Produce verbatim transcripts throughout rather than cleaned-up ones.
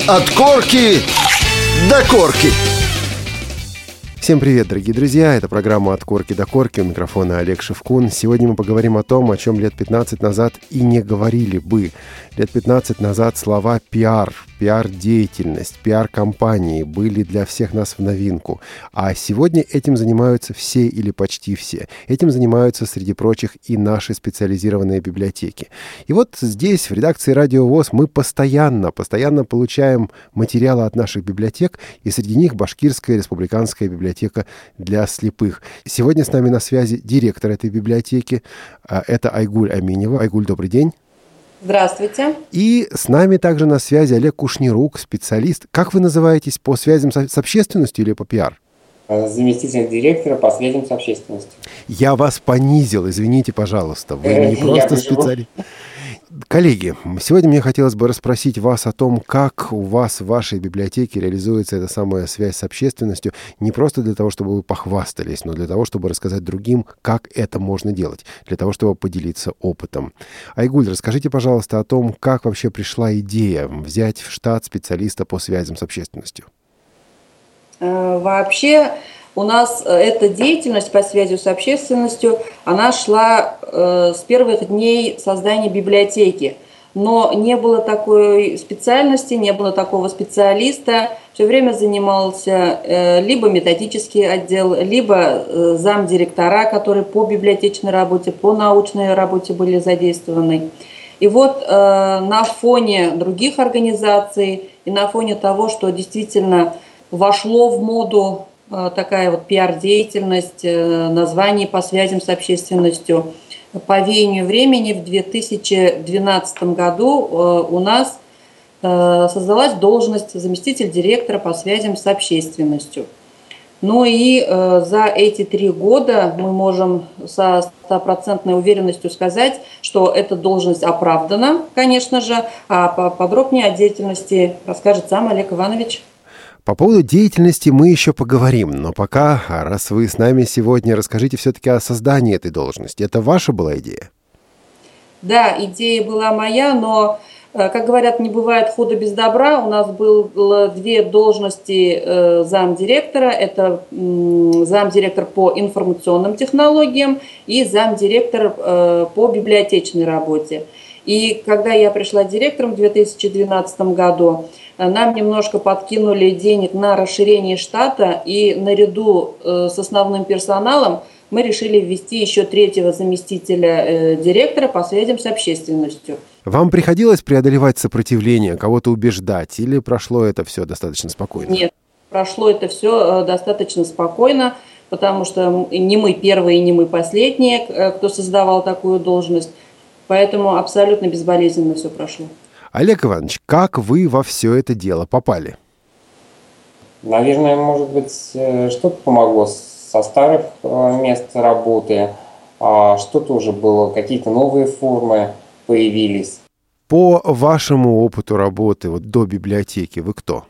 От корки до корки. Всем привет, дорогие друзья! Это программа «От корки до корки». У микрофона Олег Шевкун. Сегодня мы поговорим о том, о чем лет пятнадцать назад и не говорили бы. Лет пятнадцать назад слова «пиар», «пиар-деятельность», «пиар-компании» были для всех нас в новинку. А сегодня этим занимаются все или почти все. Этим занимаются, среди прочих, и наши специализированные библиотеки. И вот здесь, в редакции «Радио ВОС», мы постоянно, постоянно получаем материалы от наших библиотек, и среди них Башкирская республиканская библиотека для слепых. Сегодня с нами на связи директор этой библиотеки. Это Айгуль Аминева. Айгуль, добрый день. Здравствуйте. И с нами также на связи Олег Кушнирук, специалист. Как вы называетесь, по связям с общественностью или по пиар? Заместитель директора по связям с общественностью. Я вас понизил, извините, пожалуйста. Вы не просто специалист. Коллеги, сегодня мне хотелось бы расспросить вас о том, как у вас в вашей библиотеке реализуется эта самая связь с общественностью, не просто для того, чтобы вы похвастались, но для того, чтобы рассказать другим, как это можно делать, для того, чтобы поделиться опытом. Айгуль, расскажите, пожалуйста, о том, как вообще пришла идея взять в штат специалиста по связям с общественностью. Вообще у нас эта деятельность по связи с общественностью, она шла э, с первых дней создания библиотеки. Но не было такой специальности, не было такого специалиста. Все время занимался э, либо методический отдел, либо э, замдиректора, которые по библиотечной работе, по научной работе были задействованы. И вот э, на фоне других организаций и на фоне того, что действительно вошло в моду такая вот пиар-деятельность, название по связям с общественностью. По веянию времени в две тысячи двенадцатом году у нас создалась должность заместитель директора по связям с общественностью. Ну и за эти три года мы можем со стопроцентной уверенностью сказать, что эта должность оправдана, конечно же, а поподробнее о деятельности расскажет сам Олег Иванович. По поводу деятельности мы еще поговорим, но пока, раз вы с нами сегодня, расскажите все-таки о создании этой должности. Это ваша была идея? Да, идея была моя, но, как говорят, не бывает худа без добра. У нас было две должности замдиректора. Это замдиректор по информационным технологиям и замдиректор по библиотечной работе. И когда я пришла директором в две тысячи двенадцатом году, нам немножко подкинули денег на расширение штата, и наряду с основным персоналом мы решили ввести еще третьего заместителя директора по связям с общественностью. Вам приходилось преодолевать сопротивление, кого-то убеждать, или прошло это все достаточно спокойно? Нет, прошло это все достаточно спокойно, потому что не мы первые, не мы последние, кто создавал такую должность, поэтому абсолютно безболезненно все прошло. Олег Иванович, как вы во все это дело попали? Наверное, может быть, что-то помогло со старых мест работы, а что-то уже было, какие-то новые формы появились. По вашему опыту работы вот, до библиотеки вы кто?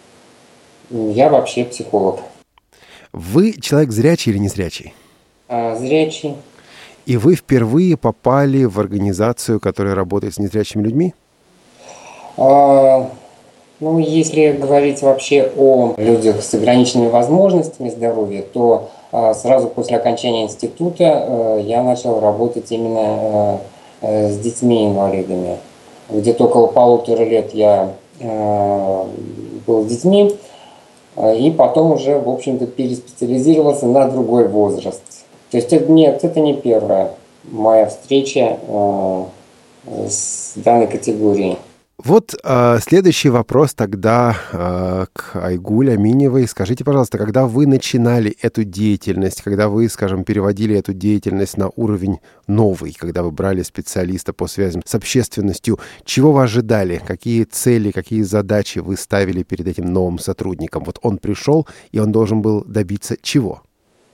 Я вообще психолог. Вы человек зрячий или незрячий? А, зрячий. И вы впервые попали в организацию, которая работает с незрячими людьми? А, ну, если говорить вообще о людях с ограниченными возможностями здоровья, то а, сразу после окончания института а, я начал работать именно а, а, с детьми-инвалидами. Где-то около полутора лет я а, был с детьми, а, и потом уже, в общем-то, переспециализировался на другой возраст. То есть это, нет, это не первая моя встреча а, с данной категорией. Вот э, следующий вопрос тогда э, к Айгуль Аминевой. Скажите, пожалуйста, когда вы начинали эту деятельность, когда вы, скажем, переводили эту деятельность на уровень новый, когда вы брали специалиста по связям с общественностью, чего вы ожидали? Какие цели, какие задачи вы ставили перед этим новым сотрудником? Вот он пришел, и он должен был добиться чего?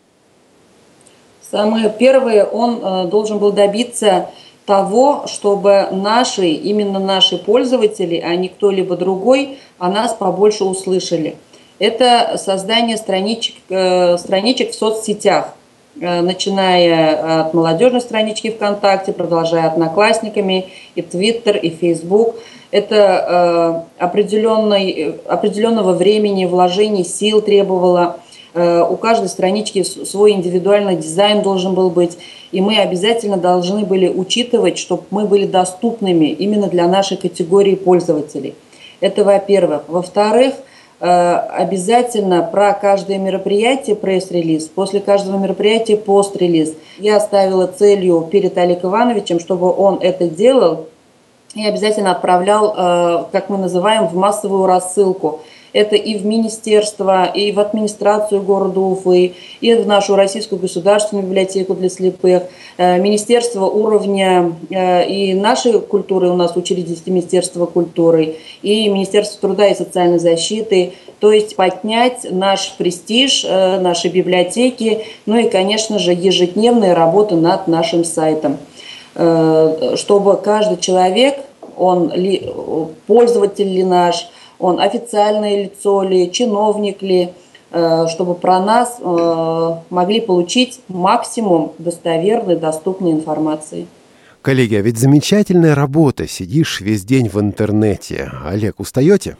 Самое первое, он э, должен был добиться того, чтобы наши, именно наши пользователи, а не кто-либо другой, о нас побольше услышали. Это создание страничек, э, страничек в соцсетях. начиная от молодежной странички ВКонтакте, продолжая Одноклассниками, и Твиттер, и Фейсбук. Это определенной, определенного времени, вложений, сил требовало. У каждой странички свой индивидуальный дизайн должен был быть. И мы обязательно должны были учитывать, чтобы мы были доступными именно для нашей категории пользователей. Это во-первых. Во-вторых, обязательно про каждое мероприятие пресс-релиз, после каждого мероприятия пост-релиз. Я ставила целью перед Олегом Ивановичем, чтобы он это делал и обязательно отправлял, как мы называем, в массовую рассылку. Это и в министерство, и в администрацию города Уфы, и в нашу Российскую государственную библиотеку для слепых, министерство уровня и нашей культуры, у нас учредительство Министерства культуры, и Министерство труда и социальной защиты, то есть поднять наш престиж, нашей библиотеки, ну и, конечно же, ежедневная работа над нашим сайтом, чтобы каждый человек, он ли, пользователь ли наш, он официальное лицо ли, чиновник ли, чтобы про нас могли получить максимум достоверной, доступной информации. Коллеги, а ведь замечательная работа. Сидишь весь день в интернете. Олег, устаете?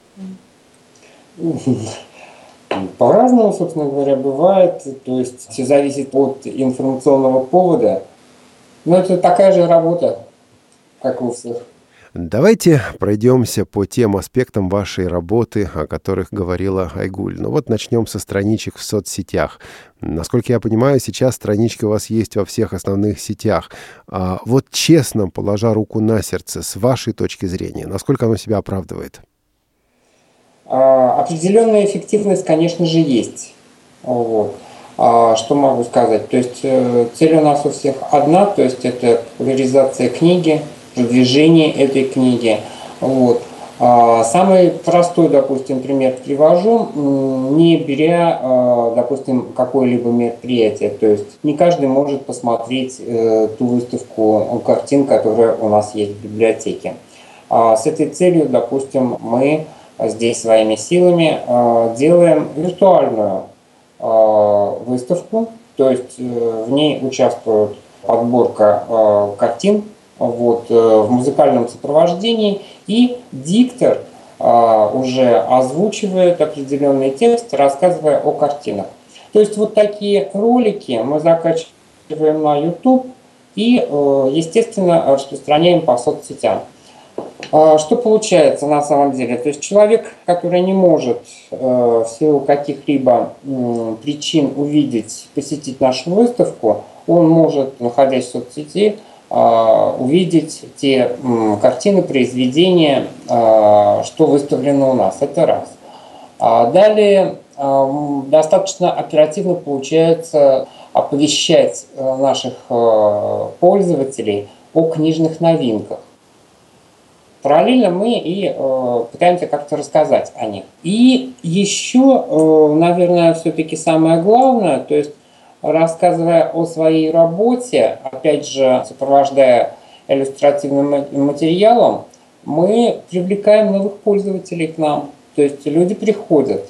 По-разному, собственно говоря, бывает. То есть все зависит от информационного повода. Но это такая же работа, как у всех. Давайте пройдемся по тем аспектам вашей работы, о которых говорила Айгуль. Ну вот начнем со страничек в соцсетях. Насколько я понимаю, сейчас странички у вас есть во всех основных сетях. А вот честно, положа руку на сердце, с вашей точки зрения, насколько оно себя оправдывает? А, определенная эффективность, конечно же, есть. Вот. А, что могу сказать? То есть цель у нас у всех одна, то есть это популяризация книги, продвижение этой книги. Вот. А самый простой, допустим, пример привожу, не беря, допустим, какое-либо мероприятие. То есть не каждый может посмотреть э, ту выставку картин, которая у нас есть в библиотеке. А с этой целью, допустим, мы здесь своими силами э, делаем виртуальную э, выставку, то есть э, в ней участвует подборка э, картин, вот, в музыкальном сопровождении, и диктор а, уже озвучивает определенный текст, рассказывая о картинах. То есть вот такие ролики мы закачиваем на YouTube и, естественно, распространяем по соцсетям. Что получается на самом деле? То есть человек, который не может в силу каких-либо причин увидеть, посетить нашу выставку, он может, находясь в соцсети, увидеть те картины, произведения, что выставлено у нас. Это раз. Далее достаточно оперативно получается оповещать наших пользователей о книжных новинках. Параллельно мы и пытаемся как-то рассказать о них. И еще, наверное, все-таки самое главное, то есть рассказывая о своей работе, опять же, сопровождая иллюстративным материалом, мы привлекаем новых пользователей к нам. То есть люди приходят.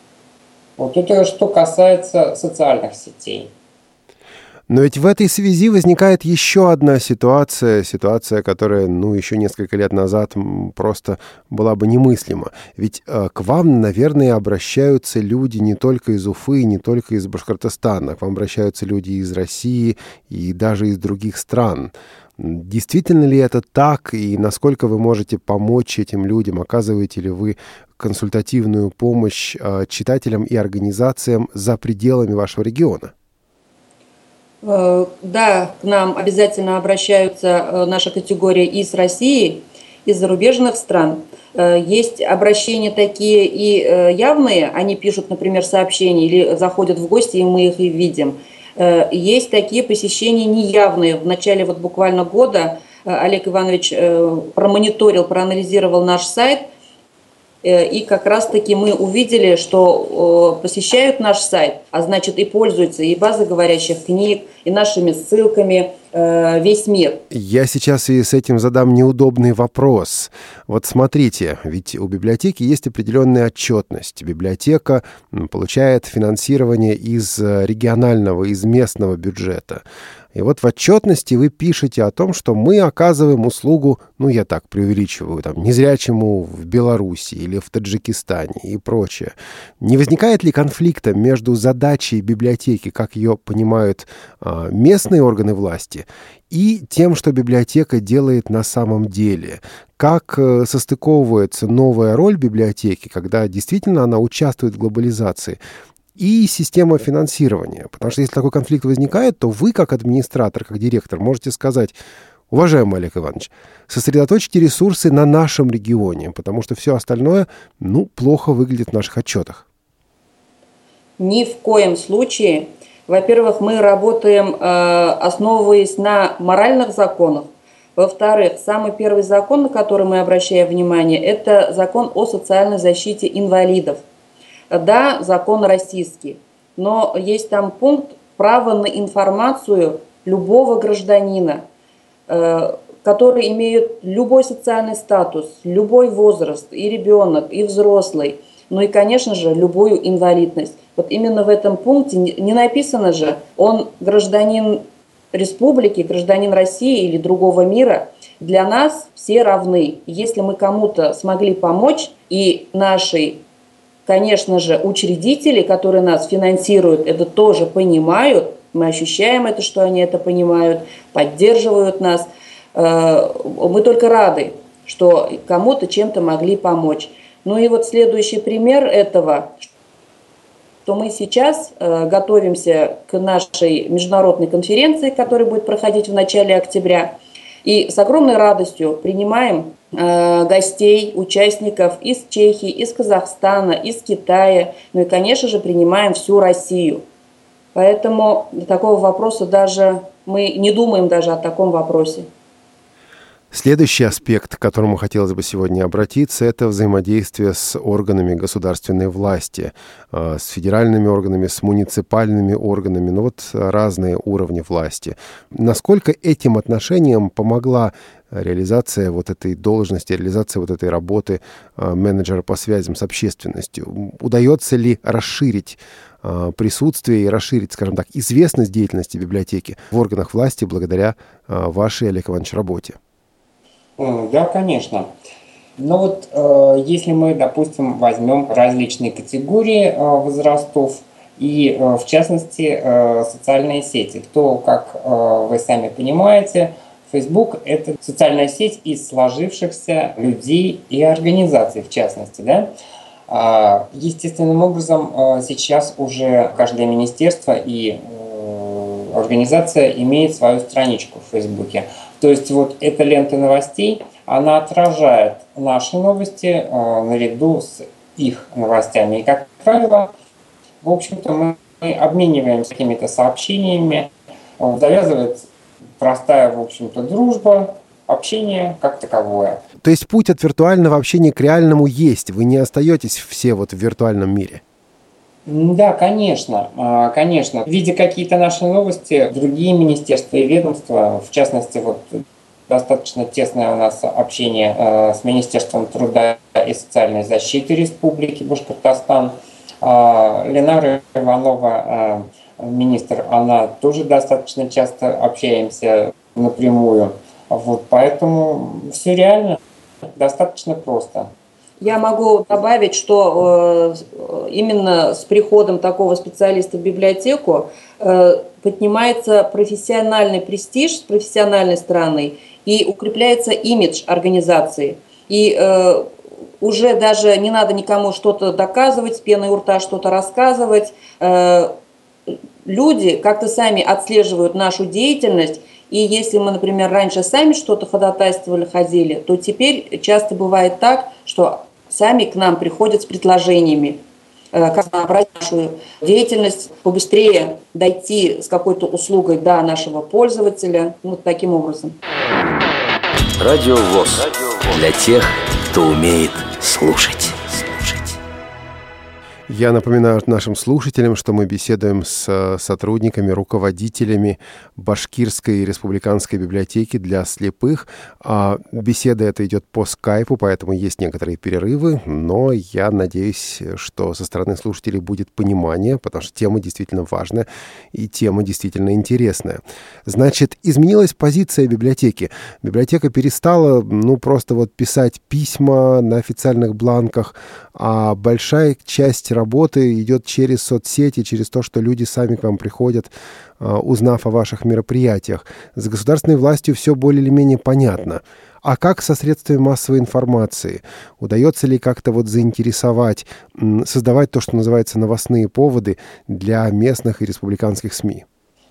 Вот это что касается социальных сетей. Но ведь в этой связи возникает еще одна ситуация, ситуация, которая, ну, еще несколько лет назад просто была бы немыслима. Ведь э, к вам, наверное, обращаются люди не только из Уфы, не только из Башкортостана. К вам обращаются люди из России и даже из других стран. Действительно ли это так, и насколько вы можете помочь этим людям? Оказываете ли вы консультативную помощь э, читателям и организациям за пределами вашего региона? Да, к нам обязательно обращаются наша категория из России, из зарубежных стран. Есть обращения такие и явные, они пишут, например, сообщения или заходят в гости, и мы их и видим. Есть такие посещения неявные. В начале вот буквально года Олег Иванович промониторил, проанализировал наш сайт, и как раз-таки мы увидели, что посещают наш сайт, а значит и пользуются и базой говорящих книг, и нашими ссылками, э, весь мир. Я сейчас и с этим задам неудобный вопрос. Вот смотрите, ведь у библиотеки есть определенная отчетность. Библиотека получает финансирование из регионального, из местного бюджета. И вот в отчетности вы пишете о том, что мы оказываем услугу, ну, я так преувеличиваю, там, незрячему в Беларуси или в Таджикистане и прочее. Не возникает ли конфликта между задачей библиотеки, как ее понимают а, местные органы власти, и тем, что библиотека делает на самом деле? Как э, состыковывается новая роль библиотеки, когда действительно она участвует в глобализации, и система финансирования? Потому что если такой конфликт возникает, то вы, как администратор, как директор, можете сказать: уважаемый Олег Иванович, сосредоточьте ресурсы на нашем регионе, потому что все остальное, ну, плохо выглядит в наших отчетах. Ни в коем случае. Во-первых, мы работаем, э, основываясь на моральных законах. Во-вторых, самый первый закон, на который мы обращаем внимание, это закон о социальной защите инвалидов. Да, закон российский, но есть там пункт права на информацию любого гражданина, который имеет любой социальный статус, любой возраст, и ребенок, и взрослый, ну и, конечно же, любую инвалидность. Вот именно в этом пункте не написано же, он гражданин республики, гражданин России или другого мира. Для нас все равны. Если мы кому-то смогли помочь, и нашей, конечно же, учредители, которые нас финансируют, это тоже понимают, мы ощущаем это, что они это понимают, поддерживают нас. Мы только рады, что кому-то чем-то могли помочь. Ну и вот следующий пример этого, что мы сейчас готовимся к нашей международной конференции, которая будет проходить в начале октября, и с огромной радостью принимаем э, гостей, участников из Чехии, из Казахстана, из Китая, ну и, конечно же, принимаем всю Россию. Поэтому такого вопроса даже, мы не думаем даже о таком вопросе. Следующий аспект, к которому хотелось бы сегодня обратиться, это взаимодействие с органами государственной власти, с федеральными органами, с муниципальными органами, ну вот разные уровни власти. Насколько этим отношениям помогла реализация вот этой должности, реализация вот этой работы менеджера по связям с общественностью? Удается ли расширить присутствие и расширить, скажем так, известность деятельности библиотеки в органах власти благодаря вашей, Олег Иванович, работе? Да, конечно. Но вот э, если мы, допустим, возьмем различные категории э, возрастов и, э, в частности, э, социальные сети, то, как э, вы сами понимаете, Facebook – это социальная сеть из сложившихся людей и организаций, в частности, да. А, естественным образом, э, сейчас уже каждое министерство и э, организация имеет свою страничку в Фейсбуке. То есть вот эта лента новостей, она отражает наши новости э, наряду с их новостями. И, как правило, в общем-то, мы, мы обмениваемся какими-то сообщениями, э, завязывается простая, в общем-то, дружба, общение как таковое. То есть путь от виртуального общения к реальному есть? Вы не остаетесь все вот в виртуальном мире? Да, конечно, конечно. Видя какие-то наши новости, другие министерства и ведомства, в частности, вот достаточно тесное у нас общение с Министерством труда и социальной защиты Республики Башкортостан. Ленара Иванова, министр, она тоже достаточно часто общаемся напрямую. Вот, поэтому все реально достаточно просто. Я могу добавить, что э, именно с приходом такого специалиста в библиотеку э, поднимается профессиональный престиж с профессиональной стороны и укрепляется имидж организации. И э, уже даже не надо никому что-то доказывать, с пеной у рта что-то рассказывать. Э, люди как-то сами отслеживают нашу деятельность. И если мы, например, раньше сами что-то ходатайствовали, ходили, то теперь часто бывает так, что сами к нам приходят с предложениями, как набрать нашу деятельность, побыстрее дойти с какой-то услугой до нашего пользователя, вот таким образом. Радио ВОС для тех, кто умеет слушать. Я напоминаю нашим слушателям, что мы беседуем с сотрудниками, руководителями Башкирской республиканской библиотеки для слепых. Беседа эта идет по скайпу, поэтому есть некоторые перерывы, но я надеюсь, что со стороны слушателей будет понимание, потому что тема действительно важная и тема действительно интересная. Значит, изменилась позиция библиотеки. Библиотека перестала, ну, просто вот писать письма на официальных бланках, а большая часть работы идет через соцсети, через то, что люди сами к вам приходят, узнав о ваших мероприятиях. С государственной властью все более или менее понятно. А как со средствами массовой информации? Удается ли как-то вот заинтересовать, создавать то, что называется новостные поводы для местных и республиканских СМИ?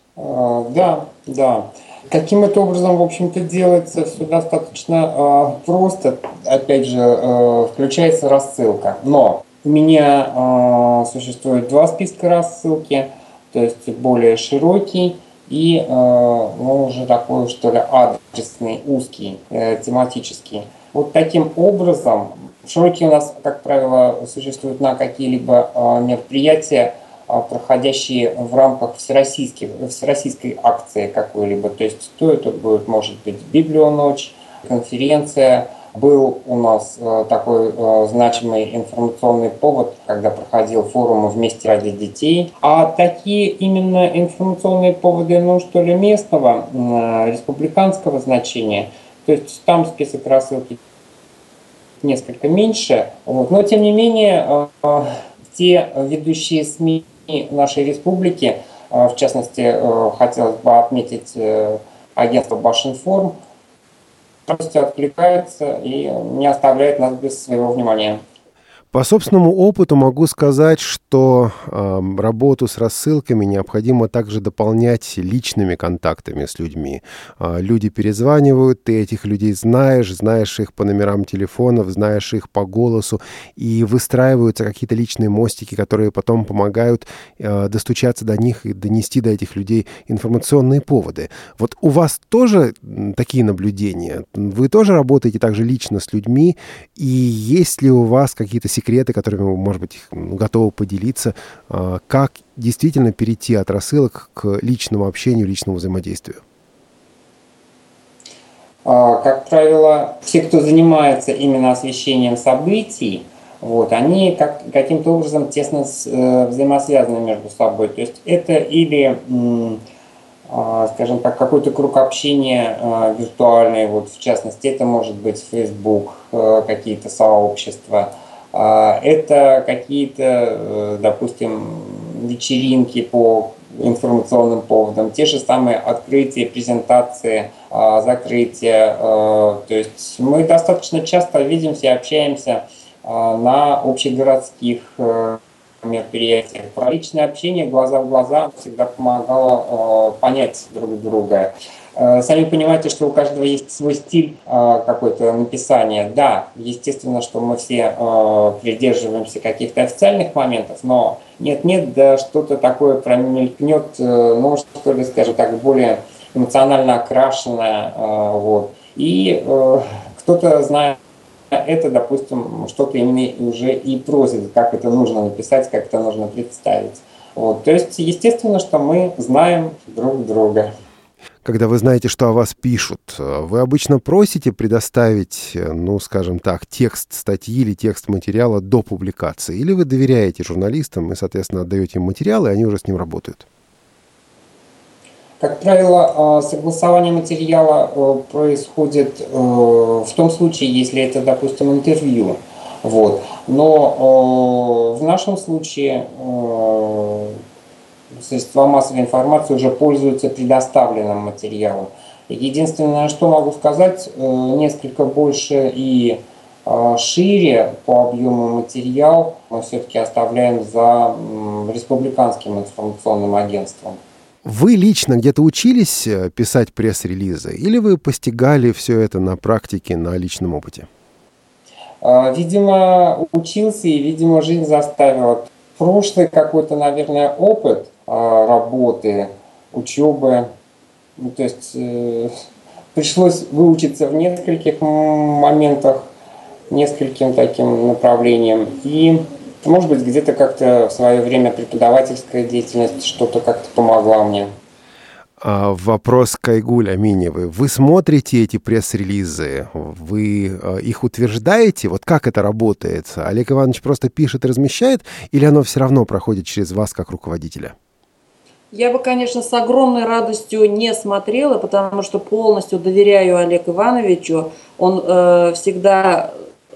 Да, да. Каким это образом, в общем-то, делается, все достаточно э, просто. Опять же, э, включается рассылка. Но у меня э, существует два списка рассылки, то есть более широкий и э, ну, уже такой, что ли, адресный, узкий, э, тематический. Вот таким образом, широкий у нас, как правило, существует на какие-либо э, мероприятия, проходящие в рамках всероссийских, всероссийской акции какой-либо. То есть то это будет, может быть, Библионочь, конференция. Был у нас такой значимый информационный повод, когда проходил форум «Вместе ради детей». А такие именно информационные поводы, ну что ли, местного, республиканского значения, то есть там список рассылки несколько меньше. Вот. Но тем не менее, те ведущие СМИ нашей республики, в частности, хотелось бы отметить агентство Башинформ, полностью откликается и не оставляет нас без своего внимания. По собственному опыту могу сказать, что э, работу с рассылками необходимо также дополнять личными контактами с людьми. Э, люди перезванивают, ты этих людей знаешь, знаешь их по номерам телефонов, знаешь их по голосу, и выстраиваются какие-то личные мостики, которые потом помогают э, достучаться до них и донести до этих людей информационные поводы. Вот у вас тоже такие наблюдения? Вы тоже работаете также лично с людьми, и есть ли у вас какие-то секреты, которыми вы, может быть, готовы поделиться, как действительно перейти от рассылок к личному общению, личному взаимодействию? Как правило, все, кто занимается именно освещением событий, вот, они как, каким-то образом тесно взаимосвязаны между собой. То есть это или, скажем так, какой-то круг общения виртуальный, вот, в частности, это может быть Facebook, какие-то сообщества, это какие-то, допустим, вечеринки по информационным поводам, те же самые открытия, презентации, закрытия. То есть мы достаточно часто видимся и общаемся на общегородских мероприятиях. Про личное общение глаза в глаза всегда помогало понять друг друга. Сами понимаете, что у каждого есть свой стиль какой-то написания. Да, естественно, что мы все придерживаемся каких-то официальных моментов, но нет-нет, да что-то такое промелькнет, ну, что ли, скажем так, более эмоционально окрашенное. Вот. И кто-то, зная это, допустим, что-то именно уже и просит, как это нужно написать, как это нужно представить. Вот. То есть, естественно, что мы знаем друг друга. Когда вы знаете, что о вас пишут, вы обычно просите предоставить, ну, скажем так, текст статьи или текст материала до публикации? Или вы доверяете журналистам и, соответственно, отдаете им материал, и они уже с ним работают? Как правило, согласование материала происходит в том случае, если это, допустим, интервью. Вот. Но в нашем случае средства массовой информации уже пользуются предоставленным материалом. Единственное, что могу сказать, несколько больше и шире по объему материал мы все-таки оставляем за республиканским информационным агентством. Вы лично где-то учились писать пресс-релизы или вы постигали все это на практике, на личном опыте? Видимо, учился и, видимо, жизнь заставила. Прошлый какой-то, наверное, опыт работы, учебы, ну, то есть э, пришлось выучиться в нескольких моментах, нескольким таким направлениям. И Может быть, где-то как-то в свое время преподавательская деятельность что-то как-то помогла мне. А, вопрос к Айгуль Аминевой. Вы смотрите эти пресс-релизы, вы а, их утверждаете? Вот как это работает? Олег Иванович просто пишет и размещает, или оно все равно проходит через вас как руководителя? Я бы, конечно, с огромной радостью не смотрела, потому что полностью доверяю Олегу Ивановичу. Он э, всегда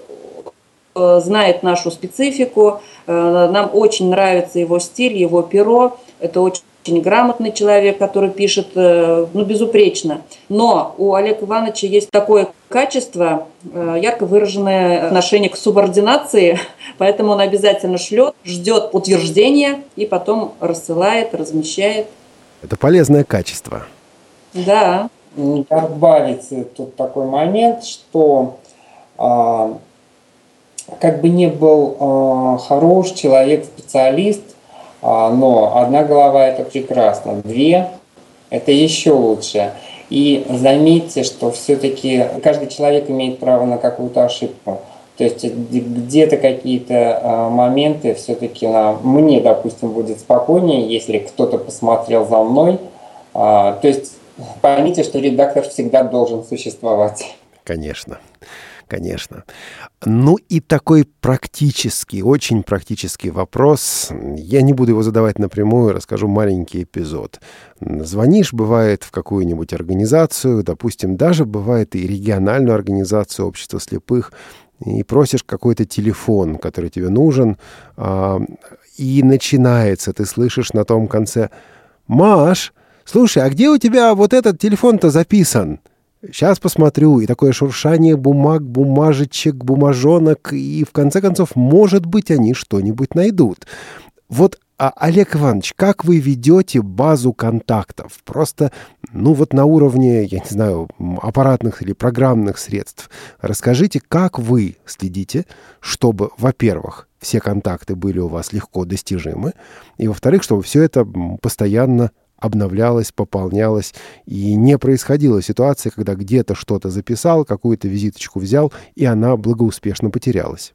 э, знает нашу специфику. Э, нам очень нравится его стиль, его перо. Это очень очень грамотный человек, который пишет, ну, безупречно. Но у Олега Ивановича есть такое качество, ярко выраженное отношение к субординации, поэтому он обязательно шлет, ждет утверждения и потом рассылает, размещает. Это полезное качество. Да. Добавить тут такой момент, что а, как бы не был а, хорош человек, специалист, но одна голова – это прекрасно, две – это еще лучше. И заметьте, что все-таки каждый человек имеет право на какую-то ошибку. То есть где-то какие-то моменты все-таки мне, допустим, будет спокойнее, если кто-то посмотрел за мной. То есть поймите, что редактор всегда должен существовать. Конечно. Конечно. Ну и такой практический, очень практический вопрос. Я не буду его задавать напрямую, расскажу маленький эпизод. Звонишь, бывает, в какую-нибудь организацию, допустим, даже бывает и региональную организацию общества слепых, и просишь какой-то телефон, который тебе нужен, и начинается, ты слышишь на том конце: «Маш, слушай, а где у тебя вот этот телефон-то записан?» Сейчас посмотрю, и такое шуршание бумаг, бумажечек, бумажонок, и в конце концов, может быть, они что-нибудь найдут. Вот, а, Олег Иванович, как вы ведете базу контактов? Просто, ну вот на уровне, я не знаю, аппаратных или программных средств. Расскажите, как вы следите, чтобы, во-первых, все контакты были у вас легко достижимы, и, во-вторых, чтобы все это постоянно обновлялось, пополнялось, и не происходила ситуация, когда где-то что-то записал, какую-то визиточку взял, и она благоуспешно потерялась.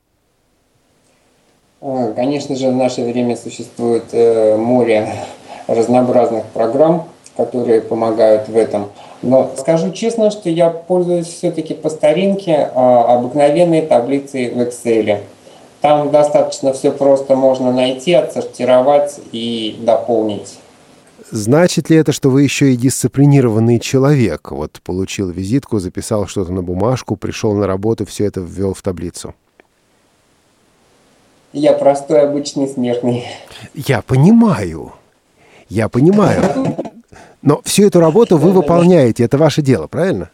Конечно же, в наше время существует море разнообразных программ, которые помогают в этом. Но скажу честно, что я пользуюсь все-таки по старинке обыкновенной таблицей в Excel. Там достаточно все просто можно найти, отсортировать и дополнить. Значит ли это, что вы еще и дисциплинированный человек? Вот получил визитку, записал что-то на бумажку, пришел на работу, все это ввел в таблицу. Я простой обычный смертный. Я понимаю. Я понимаю. Но всю эту работу вы выполняете, это ваше дело, правильно?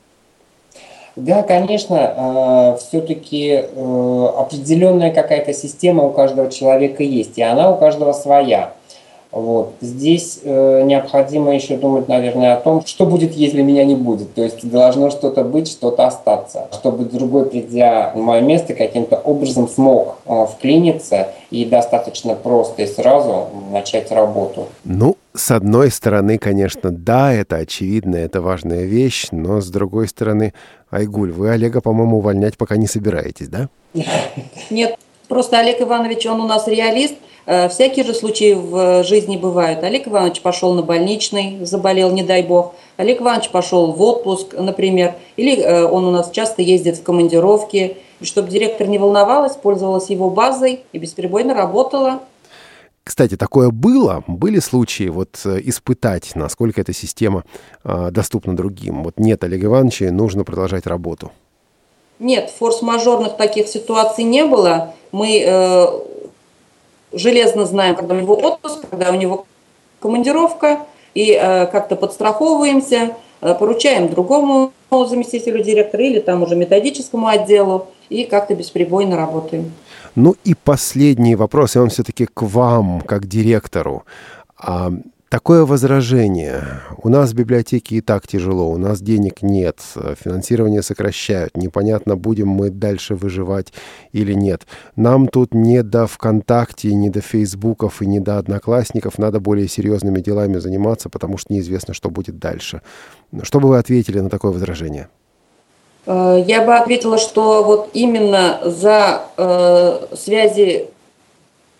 Да, конечно, все-таки определенная какая-то система у каждого человека есть, и она у каждого своя. Вот. Здесь э, необходимо еще думать, наверное, о том, что будет, если меня не будет. То есть должно что-то быть, что-то остаться, чтобы другой, придя на мое место, каким-то образом смог э, вклиниться и достаточно просто и сразу начать работу. Ну, с одной стороны, конечно, да, это очевидно, это важная вещь, но с другой стороны, Айгуль, вы Олега, по-моему, увольнять пока не собираетесь, да? Нет, просто Олег Иванович, он у нас реалист. Всякие же случаи в жизни бывают. Олег Иванович пошел на больничный, заболел, не дай бог. Олег Иванович пошел в отпуск, например. Или он у нас часто ездит в командировки. И чтобы директор не волновалась, пользовалась его базой и бесперебойно работала. Кстати, такое было? Были случаи вот испытать, насколько эта система э, доступна другим? Вот нет Олега Ивановича, нужно продолжать работу. Нет, форс-мажорных таких ситуаций не было. Мы... Э, железно знаем, когда у него отпуск, когда у него командировка, и э, как-то подстраховываемся, э, поручаем другому заместителю директора или там уже методическому отделу, и как-то бесперебойно работаем. Ну и последний вопрос, и он все-таки к вам, как директору. А, такое возражение. У нас в библиотеке и так тяжело, у нас денег нет, финансирование сокращают, непонятно, будем мы дальше выживать или нет. Нам тут не до ВКонтакте, не до Фейсбуков и не до Одноклассников, надо более серьезными делами заниматься, потому что неизвестно, что будет дальше. Что бы вы ответили на такое возражение? Я бы ответила, что вот именно за э, связи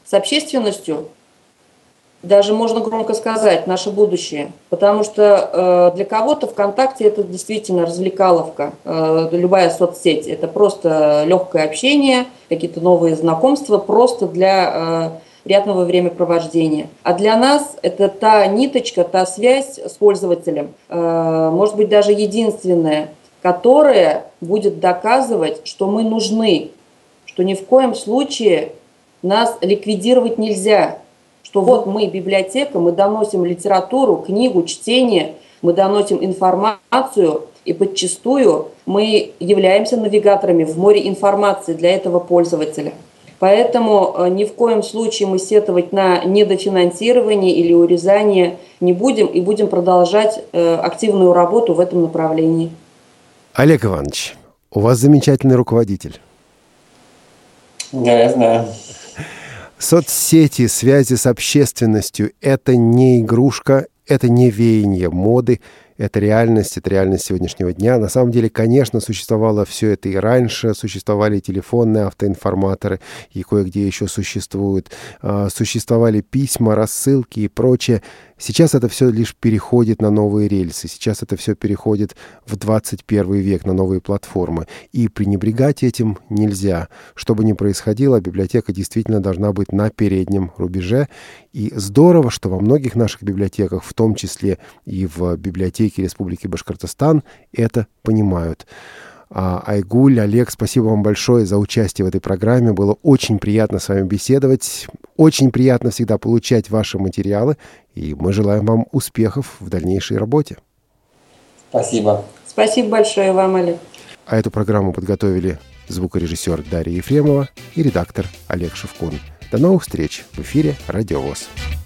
с общественностью, даже можно громко сказать, наше будущее. Потому что э, для кого-то ВКонтакте это действительно развлекаловка. Э, любая соцсеть – это просто легкое общение, какие-то новые знакомства, просто для э, приятного времяпровождения. А для нас это та ниточка, та связь с пользователем, э, может быть, даже единственная, которая будет доказывать, что мы нужны, что ни в коем случае нас ликвидировать нельзя. Что вот мы библиотека, мы доносим литературу, книгу, чтение, мы доносим информацию, и подчастую мы являемся навигаторами в море информации для этого пользователя. Поэтому ни в коем случае мы сетовать на недофинансирование или урезание не будем и будем продолжать активную работу в этом направлении. Олег Иванович, у вас замечательный руководитель. Да, я знаю. Соцсети, связи с общественностью – это не игрушка, это не веяние моды, это реальность, это реальность сегодняшнего дня. На самом деле, конечно, существовало все это и раньше, существовали телефонные автоинформаторы, и кое-где еще существуют, существовали письма, рассылки и прочее. Сейчас это все лишь переходит на новые рельсы, сейчас это все переходит в двадцать первый век, на новые платформы. И пренебрегать этим нельзя. Что бы ни происходило, библиотека действительно должна быть на переднем рубеже. И здорово, что во многих наших библиотеках, в том числе и в библиотеке Республики Башкортостан, это понимают. Айгуль, Олег, спасибо вам большое за участие в этой программе. Было очень приятно с вами беседовать. Очень приятно всегда получать ваши материалы. И мы желаем вам успехов в дальнейшей работе. Спасибо. Спасибо большое вам, Олег. А эту программу подготовили звукорежиссер Дарья Ефремова и редактор Олег Шевкун. До новых встреч в эфире «Радио ВОС».